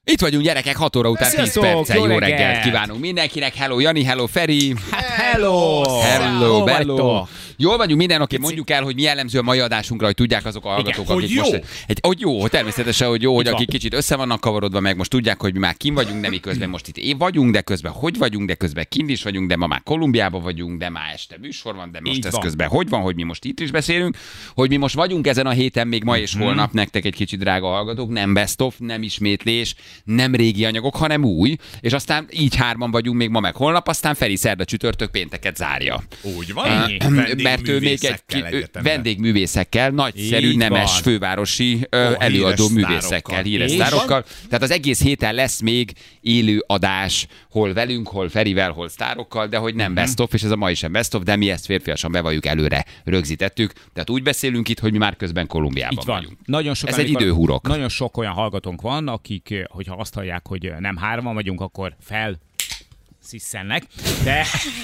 Itt vagyunk, gyerekek, 6 óra után 10 perccel. Jó reggelt kívánunk mindenkinek. Hello Jani, hello Feri. Hello! Hello, bello. Jól vagyunk, minden oké, mondjuk el, hogy mi jellemző a mai adásunkra, hogy tudják azok a hallgatók, igen, akik hogy most... Hogy jó, természetesen, hogy jó, hogy akik kicsit össze vannak kavarodva, meg most tudják, hogy mi már kin vagyunk, de mi közben most itt vagyunk, de közben hogy vagyunk, de közben kint is vagyunk, de ma már Kolumbiában vagyunk, de már este műsor van, de most ez közben hogy van, hogy mi most itt is beszélünk, hogy mi most vagyunk ezen a héten, még ma és holnap nektek egy kicsit drága hallgatók, nem best of, nem ismétlés, nem régi anyagok, hanem új, és aztán így hárman vagyunk még ma meg holnap, aztán Feri szerda csütörtök pénteket zárja. Úgy van, mert ő még egy vendégművészekkel, nagyszerű, nemes fővárosi előadó művészekkel, híres sztárokkal. Tehát az egész héten lesz még élő adás, hol velünk, hol Ferivel, hol sztárokkal, de hogy nem best of, és ez a mai sem best of, de mi ezt férfiasan bevalljuk, előre rögzítettük. Tehát úgy beszélünk itt, hogy mi már közben Kolumbiában vagyunk. Nagyon sok, ez egy időhurok. Nagyon sok olyan hallgatónk van, akik, hogyha azt hallják, hogy nem hárman vagyunk, akkor sziszennek, de...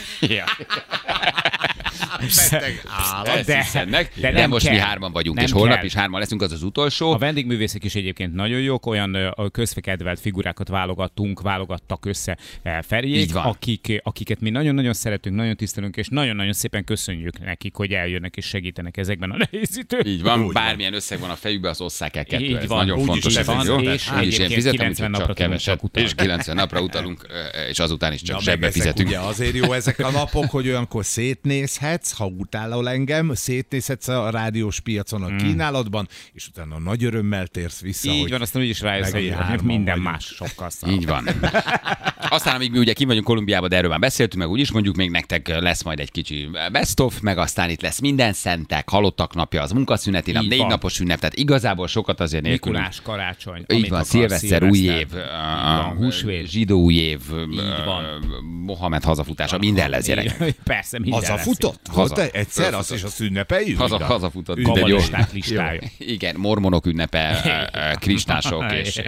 De most mi hárman vagyunk, és holnap is hárman leszünk, az az utolsó. A vendégművészek is egyébként nagyon jók, olyan közkedvelt figurákat válogattak össze Feriék, akiket mi nagyon-nagyon szeretünk, nagyon tisztelünk, és nagyon-nagyon szépen köszönjük nekik, hogy eljönnek és segítenek ezekben a nehéz időkben. Így van, bármilyen összeg van a fejükbe, az osszák el kettőre. Ez nagyon fontos. És én fizetem, csak keveset, és 90 napra utalunk, és azután is csak zsebbe fizetünk. Ugye azért jó ezek a napok, hogy olyankor szétnézhetsz, ha utálol engem, szétnézhetsz a rádiós piacon a kínálatban, és utána nagy örömmel térsz vissza. Így van, aztán úgyis rájössz, hogy minden más sokkal szar. Így van. Aztán, amíg mi ugye kim vagyunk Kolumbiában, de erről már beszéltünk, meg úgyis mondjuk még nektek lesz majd egy kicsi best of, meg aztán itt lesz minden szentek, halottak napja, az munkaszüneti nap, 4 napos ünnep, tehát igazából sokat azért nélkülünk. Mikulás, karácsony. Így van, szilveszter, új év, húsvét, zsidó új év, Mohamed hazafutása, minden lesz, gyerek. Persze, minden lesz. Hazafutott? Egyszer azt is azt ünnepeljük? Hazafutott. Kabbalisták listája. Igen, mormonok ünnepe, kristások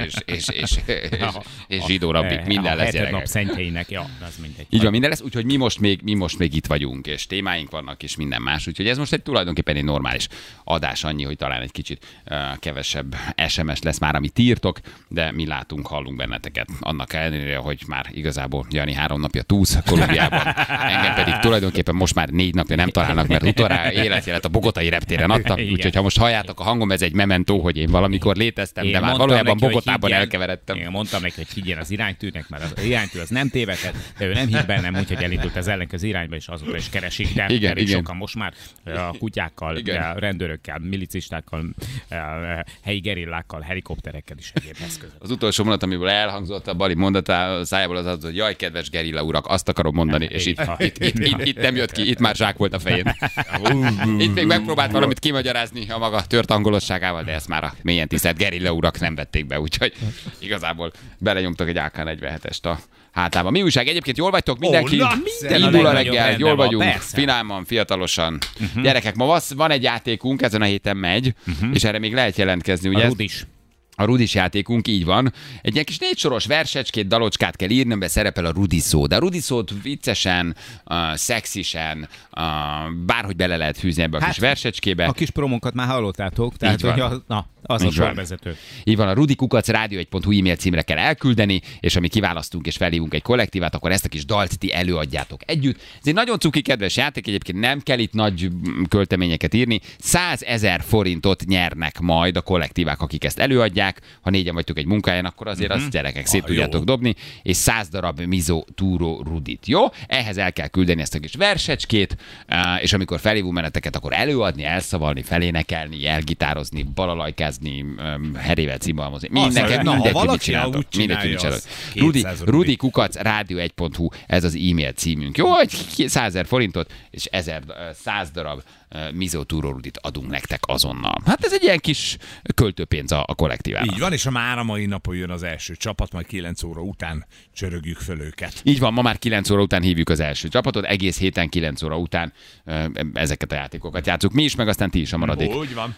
és zsidó rabbik, minden lesz, gyerekek. Nap szentjeinek, az mindegy. Így van, minden lesz, úgyhogy mi most még itt vagyunk, és témáink vannak, és minden más. Úgyhogy ez most tulajdonképpen egy normális adás, annyi, hogy talán egy kicsit kevesebb SMS lesz már, amit írtok, de mi látunk, hallunk benneteket. Annak ellenére, hogy már igazából Jani 3 napja túsz Kolumbiában. Engem pedig tulajdonképpen most már 4 napja nem találnak, mert utoljára életjelet a bogotai reptéren adtam. Úgyhogy ha most halljátok a hangom, ez egy mementó, hogy én valamikor léteztem, de már valójában Bogotában elkeveredtem. Én mondtam neki, hogy higgyen az iránytűnek, mert az iránytű az nem tévedhet, de ő nem hitt bennem, úgyhogy elindult az ellenkező irányba, és azóta is keresik, de elég sokan most már a kutyákkal, a rendőrökkel, milicistákkal, helyi gerillákkal, helikopterekkel is egyéb eszközök. Az utolsó mondat, amiből elhangzott a Bali mondata szájából az, hogy jaj, kedves gerilla urak, azt akarom mondani, és itt nem jött ki, itt már zsák volt a fején. Itt még megpróbált valamit kimagyarázni a maga tört angolosságával, de ezt már a mélyen tisztelt gerilla urak nem vették be, úgyhogy igazából belenyomtak egy AK-47-est a hátába. Mi újság? Egyébként jól vagytok? Mindenki indul a reggel, jól vagyunk, finálman, fiatalosan. Gyerekek, ma van egy játékunk, ezen a héten megy, és erre még lehet jelentkezni, ugye? A Rudis játékunk, így van. Egy ilyen kis 4 soros versecskét, dalocskát kell írni, amiben szerepel a Rudi szó. De a Rudi szót viccesen, szexisen, bárhogy bele lehet fűzni ebbe a kis versecskébe. A kis promókat már hallottátok, tehát hogy az a sorvezető. Így van, a rudikukac.radio1.hu e-mail címre kell elküldeni, és ami kiválasztunk és felhívunk egy kollektívát, akkor ezt a kis dalt ti előadjátok együtt. Ez egy nagyon cuki kedves játék, egyébként nem kell itt nagy költeményeket írni. 100 000 forintot nyernek majd a kollektívák, akik ezt előadják. Ha 4-en vagytok egy munkáján, akkor azért azt gyerekek szét tudjátok dobni, és 100 darab Mizo Túró Rudit. Jó? Ehhez el kell küldeni ezt a kis versecskét, és amikor felhívunk meneteket, akkor előadni, elszavalni, felénekelni, elgitározni, balalajkázni, herével cimbalmozni. Mindegy, csináltok. Rudikukac radio1.hu, ez az e-mail címünk. Jó, hogy 100 000 forintot, és 100 darab Mizo Túró Rudit adunk nektek azonnal. Hát ez egy ilyen kis költőpénz a kollektívának. Így van, és a mai napon jön az első csapat, majd 9 óra után csörögjük föl őket. Így van, ma már 9 óra után hívjuk az első csapatot, egész héten 9 óra után ezeket a játékokat játszunk. Mi is, meg aztán ti is a maradék. Úgy van.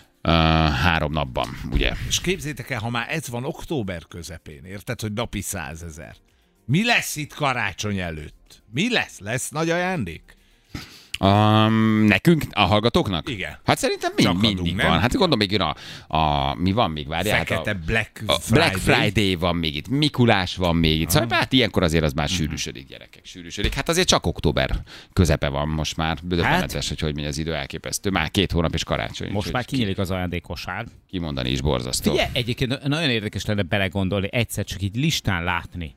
3 napban, ugye? És képzétek el, ha már ez van október közepén, érted, hogy napi 100 000. Mi lesz itt karácsony előtt? Mi lesz? Lesz nagy ajándék? Nekünk, a hallgatóknak? Igen. Hát szerintem mindig van. Hát gondolom, még jön mi van még, várjál? Fekete Black Friday van még itt, Mikulás van még itt. Szóval hát ilyenkor azért az már sűrűsödik, gyerekek, sűrűsödik. Hát azért csak október közepe van most már. Döbbenetes, hogy megy az idő, elképesztő. Már 2 hónap és karácsony. Most már kinyílik az ajándékkosár. Kimondani is borzasztó. Figyelj, egyébként nagyon érdekes lenne belegondolni, egyszer csak így listán látni.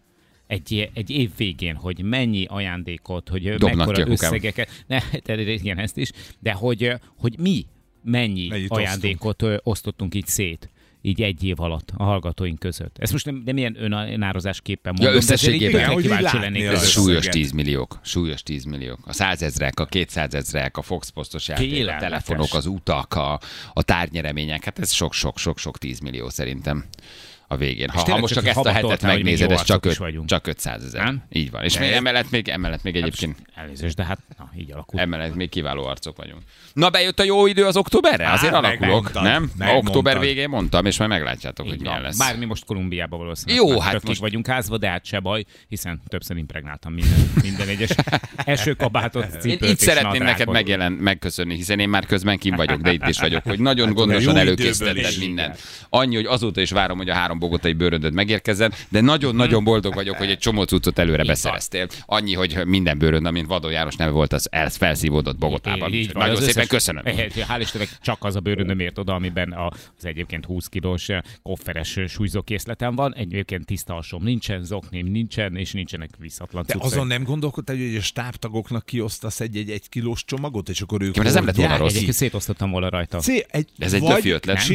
Egy év végén, hogy mennyi ajándékot, hogy dobnak mekkora összegeket, igen, ezt is, de hogy mi mennyi ajándékot osztottunk így szét, így egy év alatt a hallgatóink között. Ezt most nem ilyen önározásképpen mondom, összességében, kíváncsi lennék. Ez súlyos 10 milliók. Súlyos 10 milliók. A 100 000-ek, a 200 000-ek, a Fox Postos játék, a telefonok, az utak, a tárgynyeremények, hát ez sok 10 millió szerintem. A végén. Ha most csak ezt a hetet megnézed, ez csak 500 000. Így van. És emellett még egyébként... Elnézést, de hát így alakul. Emellett még kiváló arcok vagyunk. Na, bejött a jó idő az októberre? Azért alakulok, nem? Október végén mondtam, és majd meglátjátok, hogy milyen lesz. Bármi most Kolumbiában valószínűleg. Jó, hát most vagyunk házva, de hát se baj, hiszen többször impregnáltam minden egyes esőkabátot, cipőt. Én itt szeretném neked megköszönni, hiszen én már közben kim vagyok, de itt is vagyok, hogy nagyon gondosan előkészítetted mindent. Annyi, hogy azóta is várom, hogy a 3 bogotai bőröndöd megérkezzen, de nagyon-nagyon boldog vagyok, hogy egy csomó cuccot előre beszereztél. Annyi, hogy minden bőrönd, amint Vadó János neve volt, az felszívódott Bogotában. Nagyon szépen köszönöm. Hál' Istennek csak az a bőröndöm ért oda, amiben az egyébként 20 kilós kofferes súlyzókészletem van. Egyébként tiszta alsóm nincsen, zokném nincsen, és nincsenek visszatlan cuccok. De azon nem gondolkodtál, hogy a stábtagoknak kiosztasz egy 1 kilós csomagot, és akkor ők... Ez nem lett volna rossz. Egyébként szétosztottam volna rajta. Ez egy Döfi ötlet.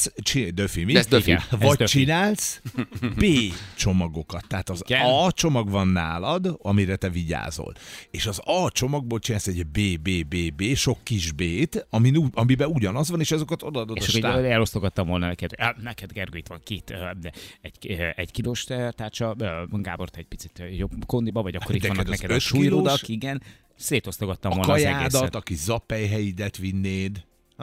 Döfi, mi? Ez Döfi. Vagy csinálsz B csomagokat. Tehát az A csomag van nálad, amire te vigyázol. És az A csomagból csinálsz egy B, sok kis B-t, amiben ugyanaz van, és azokat odaadod és a stáb. És elosztogattam volna neked Gergő, itt van egy kilós tárcsa, Gábort egy picit jobb kondiba, vagy akkor itt vannak neked a súlyrudak, igen. Szétosztogattam volna az egészet. A kajádat, a kis zappelyhelyidet vinnéd.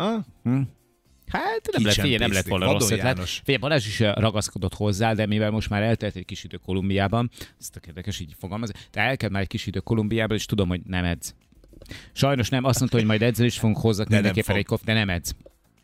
Hát nem lett volna rossz ötlet. Figyelj, Balázs is ragaszkodott hozzá, de mivel most már eltelt egy kis idő Kolumbiában, ez tök érdekes, így fogalmaz, de elkelt már egy kis idő Kolumbiában, és tudom, hogy nem edz. Sajnos nem, azt mondta, hogy majd edzel is fogunk hozzá mindenképpen egy de nem edz.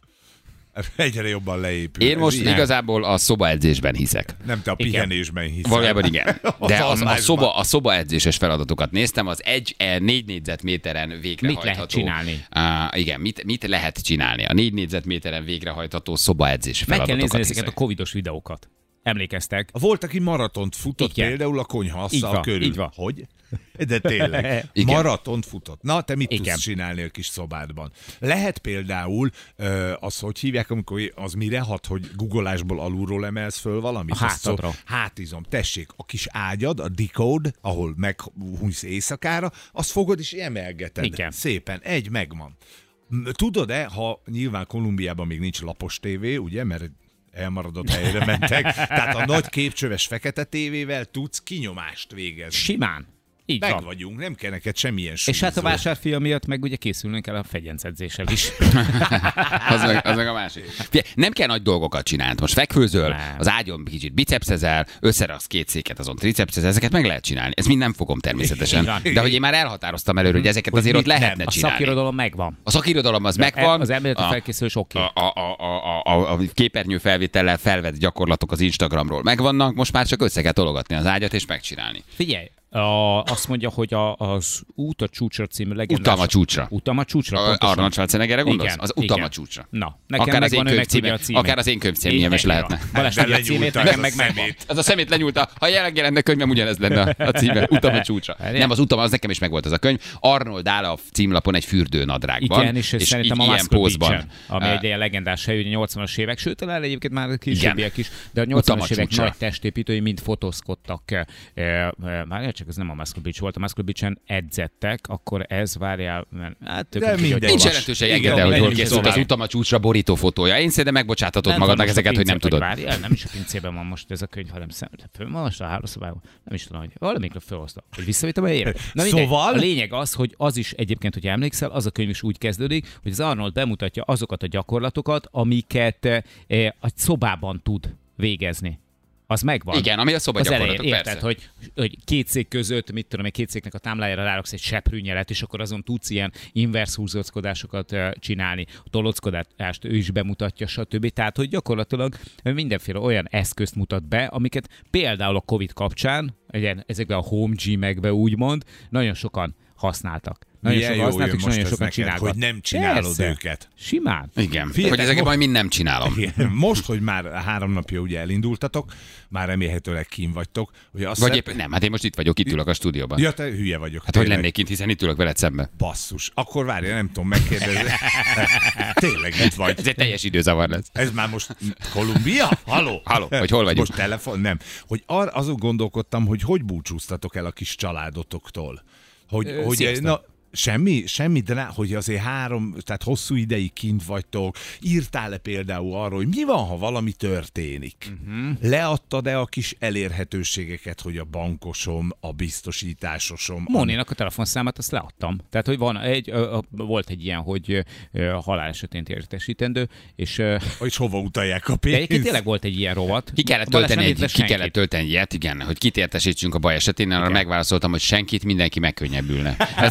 Egyre jobban leépül. Én most igazából a szobaedzésben hiszek. Nem, te a pihenésben hiszel. Valójában igen. De a szobaedzéses feladatokat néztem, az 4 négyzetméteren végrehajtható. Mit lehet csinálni? Igen, mit lehet csinálni? A 4 négyzetméteren végrehajtható szobaedzés feladatokat. Meg kell nézni ezeket a covidos videókat. Emlékeztek? Volt, aki maratont futott például a konyhaasztal körül. Így van. Hogy? De tényleg. Maratont futott. Na, te mit tudsz csinálni a kis szobádban? Lehet például az, hogy hívják, amikor az mire hat, hogy googolásból alulról emelsz föl valamit? A hátadra. Hátizom. Tessék, a kis ágyad, a decode, ahol meghújsz éjszakára, azt fogod és emelgeted. Igen. Szépen. Megvan. Tudod-e, ha nyilván Kolumbiában még nincs lapos tévé, ugye, mert elmaradott helyre mentek. Tehát a nagy képcsöves fekete tévével tudsz kinyomást végezni. Simán. Így meg van. vagyunk, nem kell neked semmilyen súlyzó. És hát a vásárfia miatt meg ugye készülnünk kell a fegyencedzéssel is. az meg a másik. Nem kell nagy dolgokat csinálni. Most fekvőzöl, az ágyon kicsit bicepszezel, összeraksz 2 széket, azon tricepszezel, ezeket meg lehet csinálni. Ezt mind nem fogom természetesen. De hogy én már elhatároztam előre, hogy ezeket azért ott lehetne csinálni. A szakirodalom megvan. A szakirodalom az megvan. Az elméleti felkészülés oké. A képernyő felvétellel felvett gyakorlatok az Instagramról megvannak, most már csak össze kell tologatni az ágyat és megcsinálni. Figyelj, azt mondja, hogy az Út a csúcsra című legendás... Utama csúcsra. Arnold Schwarzeneggerre gondolsz? Az Utama csúcsra. Na, nekem akár az én könyvcímem is lehetne. Balázs tudja a címét, nekem meg megvan. Az a szemét lenyúlta. Ha jelenleg jelenne könyvem, ugyanez lenne a címe. Utama csúcsra. Nem, az Utama, az nekem is megvolt ez a könyv. Arnold áll a címlapon egy fürdőnadrágban. Igen, és szerintem a Muscle Beach-en, ami egy ilyen legendás hely, ugye 80-as évek, sőt, talán egyébként már későbbiek is, de a 80-as évek nagy testépítői mind fotózkodtak. Már csak ez nem a Muscle Beach volt, a Muscle Beach-en edzettek, akkor ez várjál, hát nincs jelentőség engedel, hogy hol készült az Utama csúcsra borító fotója. Én szerintem megbocsátatod magadnak ezeket, hogy nem tudod. Várjál, nem is a pincében van most ez a könyv, hanem fönn van most a hálószobában. Nem is tudom, hogy valamikor felhoztam. Hogy visszavittem a helyére. Szóval a lényeg az, hogy az is egyébként, hogy emlékszel, az a könyv is úgy kezdődik, hogy az Arnold bemutatja azokat a gyakorlatokat, amiket egy szobában tud végezni. Az megvan. Igen, ami a szobagyakorlatok, persze. Érted, hogy két szék között, mit tudom, egy két széknek a támlájára ráraksz egy seprűnyelet, és akkor azon tudsz ilyen inverse húzóckodásokat csinálni, a tolockodást ő is bemutatja, stb. Tehát, hogy gyakorlatilag mindenféle olyan eszközt mutat be, amiket például a Covid kapcsán, ezekben a home gym-ekben úgymond, nagyon sokan használtak. Nagyon sokan használtak, és nagyon sokan csináltak. Hogy nem csinálod Persze. őket. Simán. Igen. Hogy ezeket majd mind nem csinálom. Igen. Most, hogy már 3 napja ugye elindultatok, már remélhetőleg kín vagytok. Hogy azt Vagy épp, nem, hát én most itt vagyok, itt ülök a stúdióban. Ja, te hülye vagyok. Hát hogy lennék itt, hiszen itt ülök veled szembe. Basszus. Akkor várja, nem tudom megkérdezni. Tényleg itt vagy. Ez egy teljes időzavar lesz. Ez már most Kolumbia? Haló? Hogy hol vagyunk? Most telefon? Nem. Hogy azon gondolkodtam, hogy búcsúztatok el a kis családotoktól. Hogy Semmi, de hogy azért tehát hosszú ideig kint vagytok. Írtál-e például arról, hogy mi van, ha valami történik? Leadtad-e a kis elérhetőségeket, hogy a bankosom, a biztosításosom? Móninak a telefonszámát azt leadtam. Tehát, hogy volt egy ilyen, hogy halálesetén értesítendő, és hova utalják a pénzt? Egyébként tényleg volt egy ilyen rovat. Ki kellett tölteni ilyet, igen, hogy kit értesítsünk a baj esetén, arra megválaszoltam, hogy senkit, mindenki megkönnyebbülne.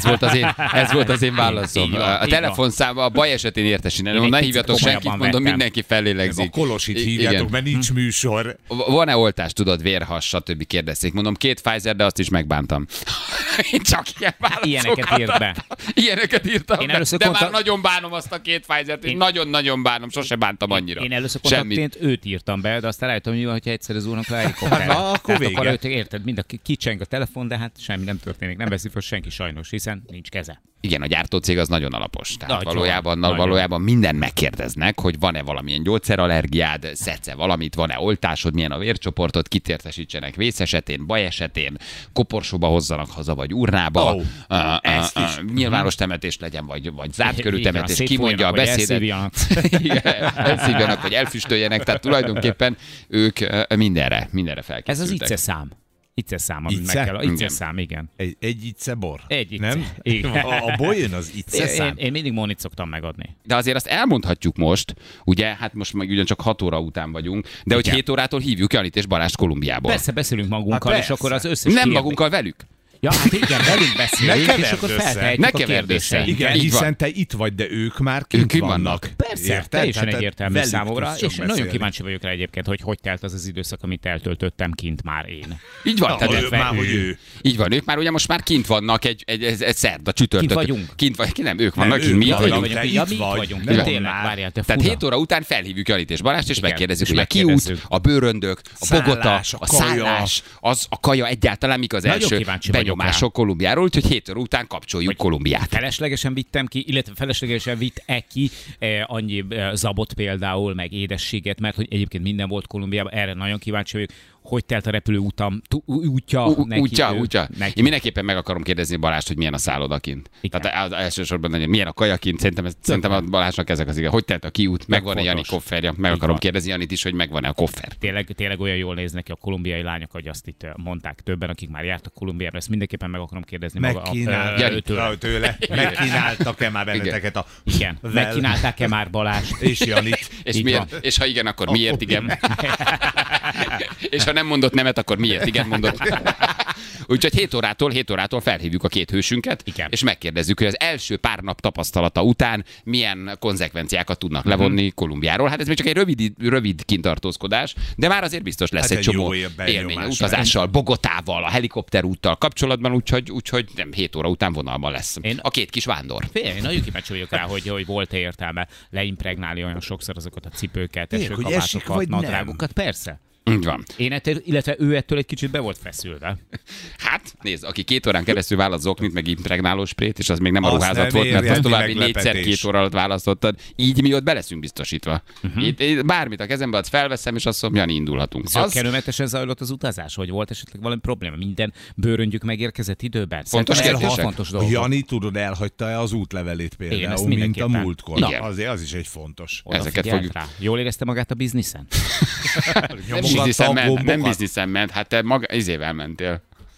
Ez volt az én válaszom. A telefonszám a baj esetén értesíteni. Ne hívjatok senkit, mondom, mindenki felélegzik. A Kolosit hívjátok, mert nincs műsor. Van-e oltás, tudod, vérhas, stb. Kérdezték. Mondom, 2 Pfizer, de azt is megbántam. Én csak ilyen válaszokat Ilyeneket írtam be. De már nagyon bánom azt a 2 Pfizert, én nagyon-nagyon bánom, sose bántam annyira. Én először kontaktként őt írtam be, de aztán rájöttem, hogy mi van, hogyha egyszer az úrnak helikopter. Akkor vége. Érted, mind a kicseng a telefon, de hát semmi nem történik. Nem veszi fel senki sajnos, hiszen nincs keze. Igen, a gyártócég az nagyon alapos. Tehát valójában mindent megkérdeznek, hogy van-e valamilyen gyógyszerallergiád, szedsz-e valamit, van-e oltásod, milyen a vércsoportod, kit értesítsenek vész esetén, baj esetén, koporsóba hozzanak haza, vagy urnába, nyilvános temetés legyen, vagy zárt körű temetés, kimondja a beszédet. Elszívjanak, vagy elfüstöljenek, tehát tulajdonképpen ők mindenre felkészültek. Ez az ICE szám. Ice szám, amit meg kell. Ice szám, igen. Egy ice bor? Egy ice. Nem? Igen. Abból jön az ice szám. Én mindig Mónit szoktam megadni. De azért azt elmondhatjuk most, ugye, hát most meg ugyancsak 6 óra után vagyunk, de hogy 7 órától hívjuk Janit és Balást Kolumbiából. Persze, beszélünk magunkkal, és akkor az összes nem magunkkal, velük. Ja, hát igen, velünk beszélünk, és akkor feltehetjük a kérdéseinket. Igen, hiszen te itt vagy, de ők már kint vannak. Persze, teljesen egyértelmű számomra, és nagyon kíváncsi vagyok rá egyébként, hogy telt az az időszak, amit eltöltöttem kint már én. Így van, ő. Így van, ők már ugye most már kint vannak egy szerda, csütörtök. Kint vagyunk. Nem, ők vannak, mi itt vagyunk. Ja, mi itt vagyunk. Tényleg, várjál, te tehát 7 óra után felhívjuk Janit és Balást, és megkérdezzük, hogy a kiút, a bőröndök, a Bogota, a szállás, a kaja egyáltalán, mik az első benyomások Kolumbiáról, úgyhogy 7 óra után kapcsoljuk Kolumbiát. Feleslegesen vittem ki, illetve feleslegesen vitt-e ki annyi zabot például, meg édességet, mert hogy egyébként minden volt Kolumbiában, erre nagyon kíváncsi vagyok. Hogy telt a repülőútja? Útja. Én mindenképpen meg akarom kérdezni Balást, hogy milyen a szállodakint. Tehát elsősorban milyen a kajakint, szerintem a Balázsnak ezek az igen. Hogy telt a kiút, megvan-e Jani kofferja? Meg akarom kérdezni Janit is, hogy megvan-e a koffer. Tényleg olyan jól néznek ki a kolumbiai lányok, hogy azt itt mondták többen, akik már jártak Kolumbiára. Ezt mindenképpen meg akarom kérdezni tőle. Megkínáltak-e már benneteket a... Igen. Megkínálták-e már Balást? És Janit. És ha igen, akkor miért igen? És ha nem mondott nemet, akkor miért igen mondott? Úgyhogy 7 órától felhívjuk a 2 hősünket, igen. És megkérdezzük, hogy az első pár nap tapasztalata után milyen konzekvenciákat tudnak levonni Kolumbiáról. Hát ez még csak egy rövid kintartózkodás, de már azért biztos lesz egy csomó élmény utazással, Bogotával, a helikopterúttal kapcsolatban, úgyhogy nem 7 óra után vonalban lesz a 2 kis vándor. Én nagyon kíváncsi vagyok rá, hogy volt-e értelme leimpregnálni olyan sokszor azokat a cipőket, esőkabátokat, nadrágokat. Persze. Így van. Illetve ő ettől egy kicsit be volt feszülve. Hát, nézd, aki 2 órán keresztül választ zoknit, meg impregnáló sprét, és az még nem a ruházat volt, mert az további 4x2 óra alatt választottad. Így mi ott be leszünk biztosítva. Itt bármit a kezembe adsz, felveszem, és azt mondom, Jani, indulhatunk. Zökkenőmentesen zajlott az utazás, vagy volt esetleg valami probléma? Minden bőröngyük megérkezett időben? Fontos kérdések. Jani, tudod, elhagyta-e az útlevelét például, mint a múltkor? Azért az is egy fontos. Ezeket fogjuk. Jól érezte magát a bizniszen? Nem bizniszen ment, hát te izével mentél.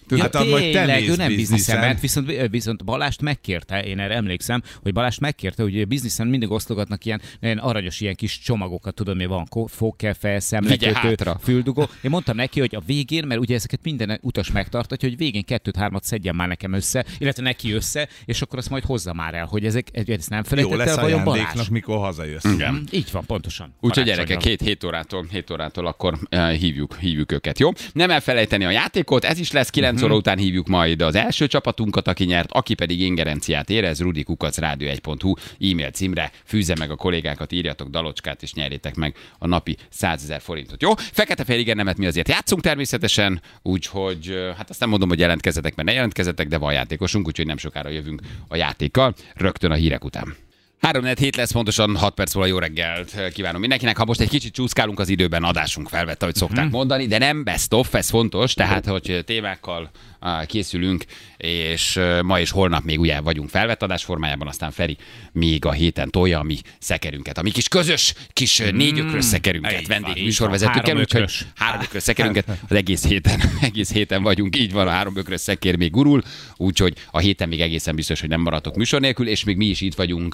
Hát tényleg, ő nem bizniszen ment, viszont Balást megkérte, én erre emlékszem, hogy Balást megkérte, hogy bizniszen mindig osztogatnak ilyen aranyos ilyen kis csomagokat, tudod, mi van, fogkefe, szemlekötő, füldugó. Én mondtam neki, hogy a végén, mert ugye ezeket minden utas megtartatja, hogy végén 2-3-at szedjen már nekem össze, illetve neki össze, és akkor azt majd hozza már el, hogy ezt nem felejtett el, vajon Balázs. Mikor hazajössz. Igen. Így van, pontosan. Úgyhogy gyerekek, 7 órától akkor hívjuk őket, jó? Nem elfelejteni a játékot, ez is lesz 9 óra után hívjuk majd az első csapatunkat, aki nyert, aki pedig ingerenciát érez, rudi@radio1.hu e-mail címre, fűzze meg a kollégákat, írjatok dalocskát, és nyerjétek meg a napi 100 000 forintot, jó? Fekete-fehér igen nemet mi azért játszunk természetesen, úgyhogy hát azt nem mondom, hogy jelentkezzetek, mert ne jelentkezzetek, de van játékosunk, úgyhogy nem sokára jövünk a játékkal, rögtön a hírek után. 3-4 lesz, pontosan 6 perc múlva jó reggelt kívánom mindenkinek. Ha most egy kicsit csúszkálunk az időben, adásunk felvette, ahogy szokták mondani, de nem best of, ez fontos, tehát hogy témákkal készülünk, és ma és holnap még ugye vagyunk felvett adás formájában, aztán Feri még a héten tolja a mi szekerünket, a mi kis közös, kis 4 ökrös szekerünket, vendégműsorvezetőkkel, úgyhogy 3 ökrös szekerünket az egész héten vagyunk, így van, a 3 ökrös szekér még gurul, úgyhogy a héten még egészen biztos, hogy nem maradtok műsor nélkül, és még mi is itt vagyunk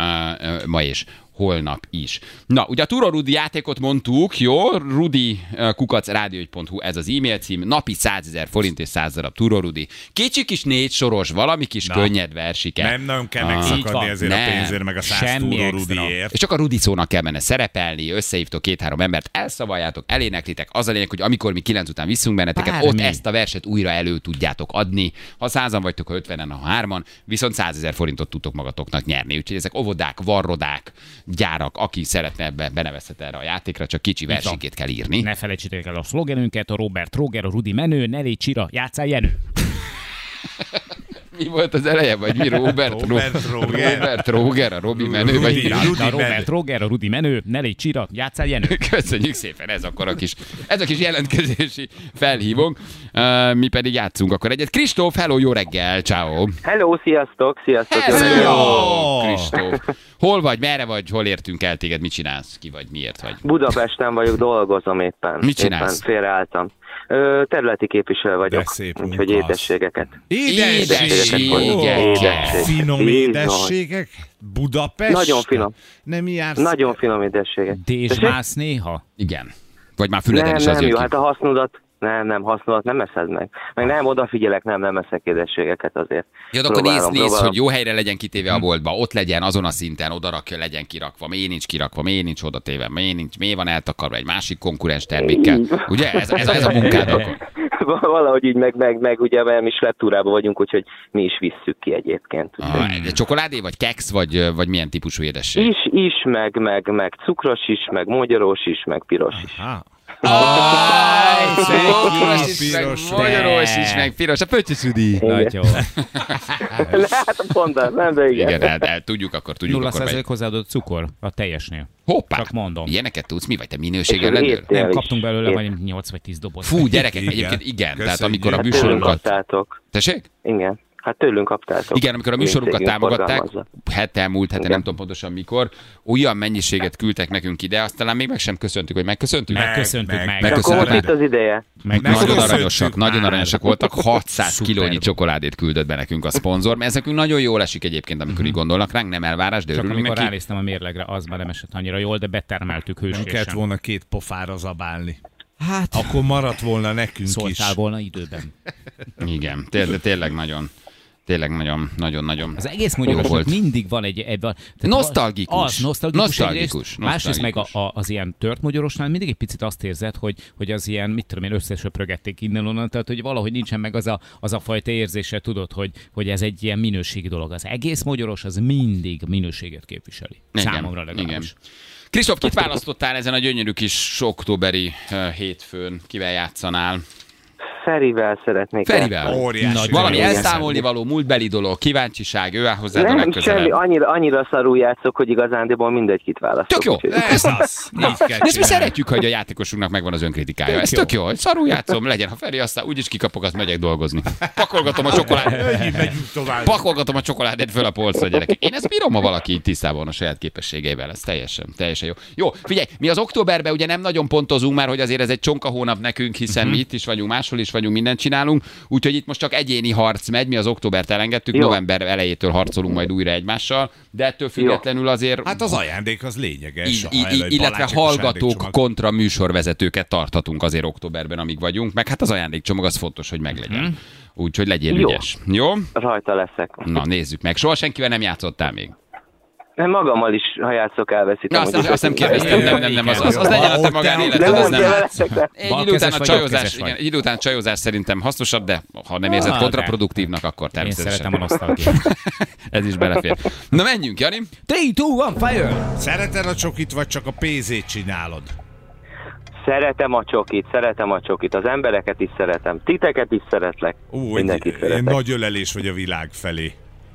ma és holnap is. Na, ugye a Túró Rudi játékot mondtuk, jó? rudi@radio1.hu ez az e-mail cím, napi 100 000 forint és 100 darab Túró Rudi. Kicsi kis 4 soros, valami kis könnyed versike. Nem nagyon kell megszakadni ezért a pénzért, meg a 100 Túró Rudiért. És csak a Rudi szónak kell benne szerepelni, összehívtok 2-3 embert, elszavaljátok, eléneklitek. Az a lényeg, hogy amikor mi 9 után visszünk benneteket, ott ezt a verset újra elő tudjátok adni. Ha 100-an vagytok, ha 50-en, ha 3-an, viszont 100 000 forintot tudtok magatoknak nyerni. Úgyhogy ezek óvodák, varrodák, gyárak, aki szeretne ebbe, benevezhet erre a játékra, csak kicsi versikét kell írni. Ne felejtsétek el a szlogenünket, a Robert Roger, a Rudi menő, Nelly Csira, játsszál Jenő. Mi volt az eleje, vagy mi? Robert Roger, a Robi menő, vagy a Robert Roger, a Rudi menő, Nelly Csira, játsszál Jenő. Köszönjük szépen, ez a kis jelentkezési felhívónk. Mi pedig játszunk akkor egyet. Kristóf, hello, jó reggel, ciao. Hello, sziasztok. Hello, Kristóf. Hol vagy, merre vagy, hol értünk el téged, mit csinálsz, ki vagy, miért vagy? Budapesten vagyok, dolgozom éppen. Mit csinálsz? Éppen félreálltam. Területi képviselő vagyok, úgyhogy édességeket. Édességek. Finom édességek? Budapest? Nagyon finom. Nem jársz? Nagyon finom édességek. Dézsmász néha? Igen. Vagy már füleden is az jó, hát a hasznodat nem eszed meg. Meg nem odafigyelek, nem eszek édességeket azért. Ja, akkor nézd, hogy jó helyre legyen kitéve a boltba, ott legyen azon a szinten, odarakja, legyen kirakva, miért nincs kirakva, miért nincs odatéve, miért van eltakarva egy másik konkurens termékkel. Ugye? Ez a munkád akkor. Valahogy így meg ugye, mert mi slettúrában vagyunk, úgyhogy mi is visszük ki egyébként. Csokoládé, vagy keksz, vagy milyen típusú édesség? Is, meg cukros is, meg mogyoros is, meg piros is. Magyaros is, meg piros, a pöttyöszüdi. Nagyon. Hát pont az, nem, de igen. Igen, tudjuk akkor. 0% hozzáadott cukor a teljesnél. Hoppá, csak mondom. Ilyeneket tudsz? Mi vagy te minőséggel lennél? Nem, kaptunk belőle vagy 8 vagy 10 doboz. Fú, gyerekek, egyébként igen. Tehát amikor a műsorunkat... Tessék? Igen. Hát tőlünk kaptátok. Igen, amikor a műsorunkat támogatták, múlt hete, nem tudom pontosan mikor, olyan mennyiséget küldtek nekünk ide, azt talán még meg sem köszöntük, hogy megköszöntük. Akkor itt az ideje. Nagyon aranyosak voltak, 600 kilónyi csokoládét küldött be nekünk a szponzor, mert ez nekünk nagyon jól esik egyébként, amikor így gondolnak ránk, nem elvárás, de csak örülünk amikor neki. ránéztem a mérlegre, az már nem esett annyira jól, de betermeltük hőségesen. Nem kellett volna 2 pofára zabálni. Hát, akkor maradt volna nekünk szóltál is. Szóltál volna időben. Igen, tényleg nagyon. Az egész magyarosnak mindig van egy nosztalgikus. Másrészt meg az ilyen tört magyarosnál mindig egy picit azt érzed, hogy az ilyen, mit tudom én, összesöprögették innen-onnan, tehát hogy valahogy nincsen meg az a fajta érzése, tudod, hogy ez egy ilyen minőségi dolog. Az egész magyaros az mindig minőséget képviseli. Igen, számomra legalábbis. Kristóf, kit választottál ezen a gyönyörű kis októberi hétfőn? Kivel játszanál? Ferivel szeretnék. Valami elszámolni való, múltbeli dolog, kíváncsiság, ő áll hozzád a legközelebb. Semmi, annyira szarul játszok, hogy igazándiból mindegy kit választok. Tök jó. Ezt mi szeretjük, hogy a játékosunknak megvan az önkritikája. Ez tök jó, hogy szarul játszom, legyen. Ha Feri aztán úgyis kikapok, azt megyek dolgozni. Pakolgatom a csokoládét föl a polcra, gyerekek. Én ezt bírom, ha valaki így tisztában a saját képességeivel. Ez teljesen jó. Jó, figyelj, mi az októberben ugye nem nagyon pontozunk már, hogy azért ez egy csonka hónap nekünk, hiszen mi itt is vagyunk, máshol is vagyunk, mindent csinálunk, úgyhogy itt most csak egyéni harc megy, mi az októbert elengedtük, november elejétől harcolunk majd újra egymással, de ettől függetlenül azért... Hát az ajándék az lényeges. Illetve hallgatók kontra műsorvezetőket tarthatunk azért októberben, amíg vagyunk, meg hát az ajándékcsomag az fontos, hogy meglegyen. Úgyhogy legyél ügyes. Jó? Rajta leszek. Na, nézzük meg. Soha senkivel nem játszottál még? Nem, magammal is, ha játszok, elveszítem. Azt nem kérdeztem, nem, az legyen a te magánéleted, az nem. Egy idő után csajozás szerintem hasznosabb, de ha nem érzed kontraproduktívnak, akkor természetesen. Én szeretem a nosztalgiát. Ez is belefér. Na menjünk, Jani. 3, 2, 1, fire! Szereted a csokit, vagy csak a pénzét csinálod? Szeretem a csokit, az embereket is szeretem, titeket is szeretlek, mindenkit szeretek. Nagy ölelés vagy a világ felé.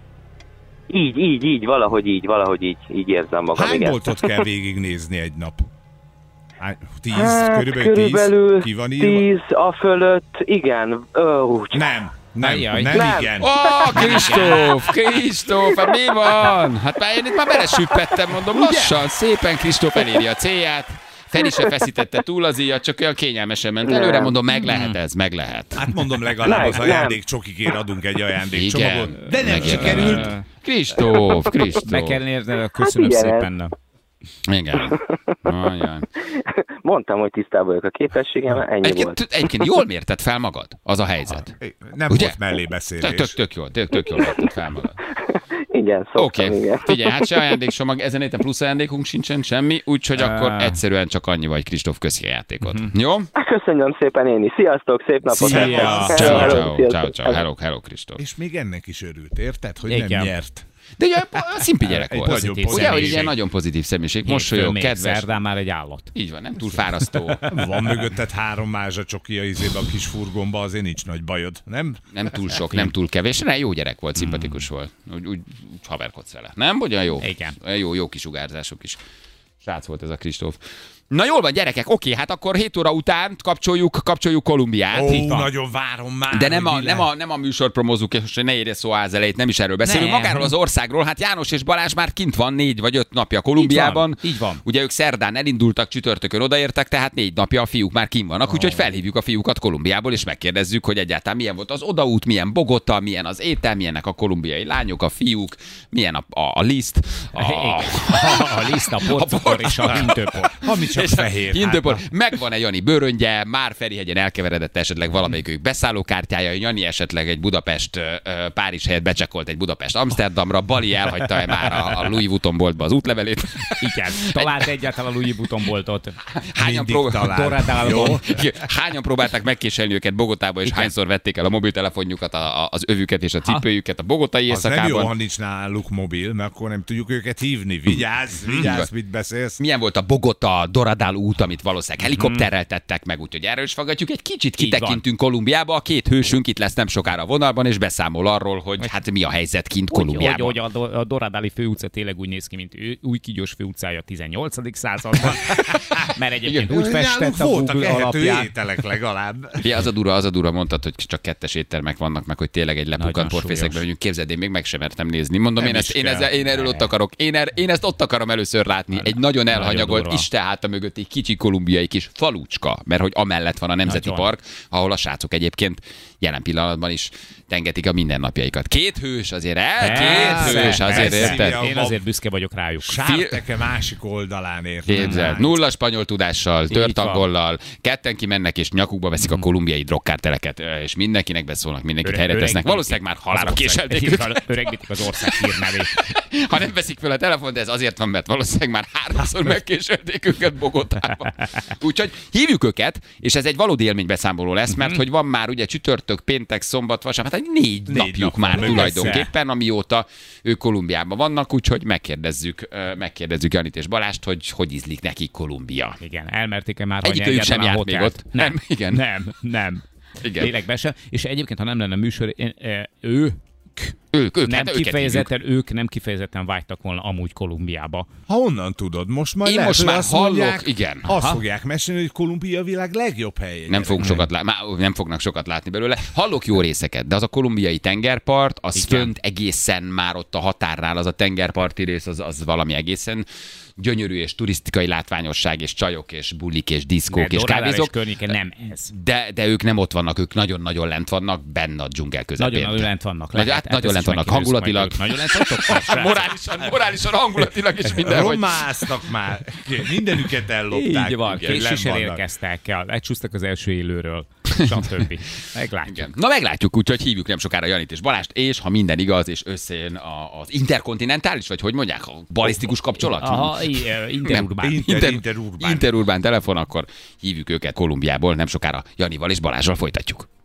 Így, valahogy így érzem magam. Hány boltot kell végignézni egy nap? 10, körülbelül 10, ki van írva? 10 a fölött, igen. Nem igen. Kristóf, hát mi van? Hát már én itt már belesüppettem, mondom, lassan, szépen Kristóf eléri a célját. Feri se feszítette túl az íjat, csak olyan kényelmesen ment előre, mondom, meg lehet. Hát mondom, legalább az ajándékcsokikért adunk egy ajándékcsomagot. De nem sikerült. Kristóf. Meg kell érni, köszönöm szépen. Igen. Mondtam, hogy tisztában vagyok a képességemmel, ennyi volt. Egyébként jól mérted fel magad, az a helyzet. Nem volt mellébeszélés. Tök jól mérted fel magad. Igen, szoktam, igen. Figyelj, hát se ajándékcsomag, ezen héten plusz ajándékunk sincsen, semmi, úgyhogy akkor egyszerűen csak annyi vagy, Kristóf, köszi a játékot. Jó? Köszönöm szépen én is. Sziasztok, szép napot! Ciao, hello, Kristóf. És még ennek is örült, érted, hogy nem nyert. De ugye szimpi gyerek volt. Ugye, hogy ilyen nagyon pozitív személyiség, mosolyog, kedves. Szerdán már egy állat. Így van, nem túl fárasztó. Van mögötted 3 mázsa csoki a kis furgonba, azért nincs nagy bajod, nem? Nem túl sok, nem túl kevés. Jó gyerek volt, szimpatikus volt. Úgy haverkodsz vele. Nem? Olyan jó? Igen. Jó kisugárzások is. Srác volt ez a Kristóf. Na jól van, gyerekek, oké, hát akkor 7 óra után kapcsoljuk Kolumbiát. Nagyon várom már. De nem a műsor promózunk, és ne érje szó az elejét, nem is erről beszélünk. Magáról az országról, hát János és Balázs már kint van 4 vagy 5 napja Kolumbiában. Így van. Ugye ők szerdán elindultak, csütörtökön odaértek, tehát 4 napja a fiúk már kint vannak, úgyhogy felhívjuk a fiúkat Kolumbiából, és megkérdezzük, hogy egyáltalán milyen volt az odaút, milyen Bogota, milyen az étel, milyenek a kolumbiai lányok, a fiúk, milyen a liszt. A liszt, a porcukor és a hintőpor. Fehér. Megvan-e Jani bőröngye, már Ferihegyen elkeveredett esetleg valamelyikük beszállókártyája, Jani esetleg egy Budapest Párizs helyett becsekolt egy Budapest Amsterdamra, Bali elhagyta-e már a Louis Vuitton boltba az útlevelét? Igen, talált egyáltalán a Louis Vuitton boltot. Hányan próbálták megkéselni őket Bogotába, és hányszor vették el a mobiltelefonjukat, az övüket és a cipőjüket a bogotai éjszakában? Az nem jó, ha nincs náluk mobil, mert akkor nem tudjuk őket hívni. Vigyázz, mit beszélsz. Milyen volt a Bogota Doradál út, amit valószínűleg helikopterrel tettek meg, úgyhogy erről is fogadjuk. Egy kicsit kitekintünk Kolumbiába, a 2 hősünk itt lesz nem sokára a vonalban, és beszámol arról, hogy hát mi a helyzet kint Kolumbiában. Hogy a Doradáli főutca tényleg úgy néz ki, mint Új Kígyós főutcája a 18. században. Mert egyébként úgy festett a Google alapján. Ételek legalább. Ja, az a dura mondtad, hogy csak 2-es éttermek vannak, meg hogy tényleg egy lepukkant porfészekben vagyunk. Képzeld, én még meg sem mertem nézni. Mondom, én erről ott akarok. Én ezt ott akarom először látni. Egy nagyon elhanyagolt, Isten háta mögött egy kicsi kolumbiai kis falucska, mert hogy amellett van a Nemzeti Park, ahol a srácok egyébként jelen pillanatban is tengetik a mindennapjaikat. 2 hős azért, érted? Én azért büszke vagyok rájuk. Sárteke másik oldalán, érted? Képzeld, 0 spanyol tudással, tört angollal, ketten kimennek és nyakukba veszik a kolumbiai drogkárteleket, és mindenkinek beszólnak, mindenkit helyre tesznek. Valószínűleg már halálra késelték őket. Öregítik az ország hírnevét. Ha nem veszik fel a telefont, de ez azért van, mert valószínűleg már 3-szor megkéselték őket Bogotában. Úgyhogy hívjuk őket, és ez egy valódi élménybeszámoló lesz, mert hogy van már ugye csütörtök, péntek, szombat, vasárnap, hát 4 napjuk már tulajdonképpen, amióta ők Kolumbiában vannak, úgyhogy megkérdezzük Janit és Balást, hogy ízlik nekik Kolumbia. Igen, elmerték-e már, hogy egyikőjük sem járt még ott. Nem. Igen. Igen. Lélekbe sem. És egyébként, ha nem lenne műsor, ők Ők nem kifejezetten vágytak volna amúgy Kolumbiába. Ha onnan tudod, most majd én most már azt hallok, mondják, igen. Azt fogják mesélni, hogy Kolumbia a világ legjobb helye. Nem fognak sokat látni belőle. Hallok jó részeket, de az a kolumbiai tengerpart, az fönt egészen már ott a határnál, az a tengerparti rész, az valami egészen gyönyörű és turisztikai látványosság, és csajok, és bulik, és diszkók, és kávézók. Nem ez. De ők nem ott vannak, ők nagyon-nagyon lent vannak, benne a dzsungel közepén. Nagyon lent vannak. Nagyon lent vannak hangulatilag. Nagyon lent vannak. Morálisan, hangulatilag is mindenhogy. Romáztak már. Mindenüket ellopták. Így van. Késsel érkeztek el. Lecsúsztak az első élőről. Stb. Meglátjuk. Na meglátjuk, úgyhogy hívjuk nem sokára Janit és Balást, és ha minden igaz, és összejön az interkontinentális, vagy hogy mondják, a balisztikus kapcsolat? Aha, interurbán. Interurbán telefon, akkor hívjuk őket Kolumbiából, nem sokára Janival és Balázsral folytatjuk.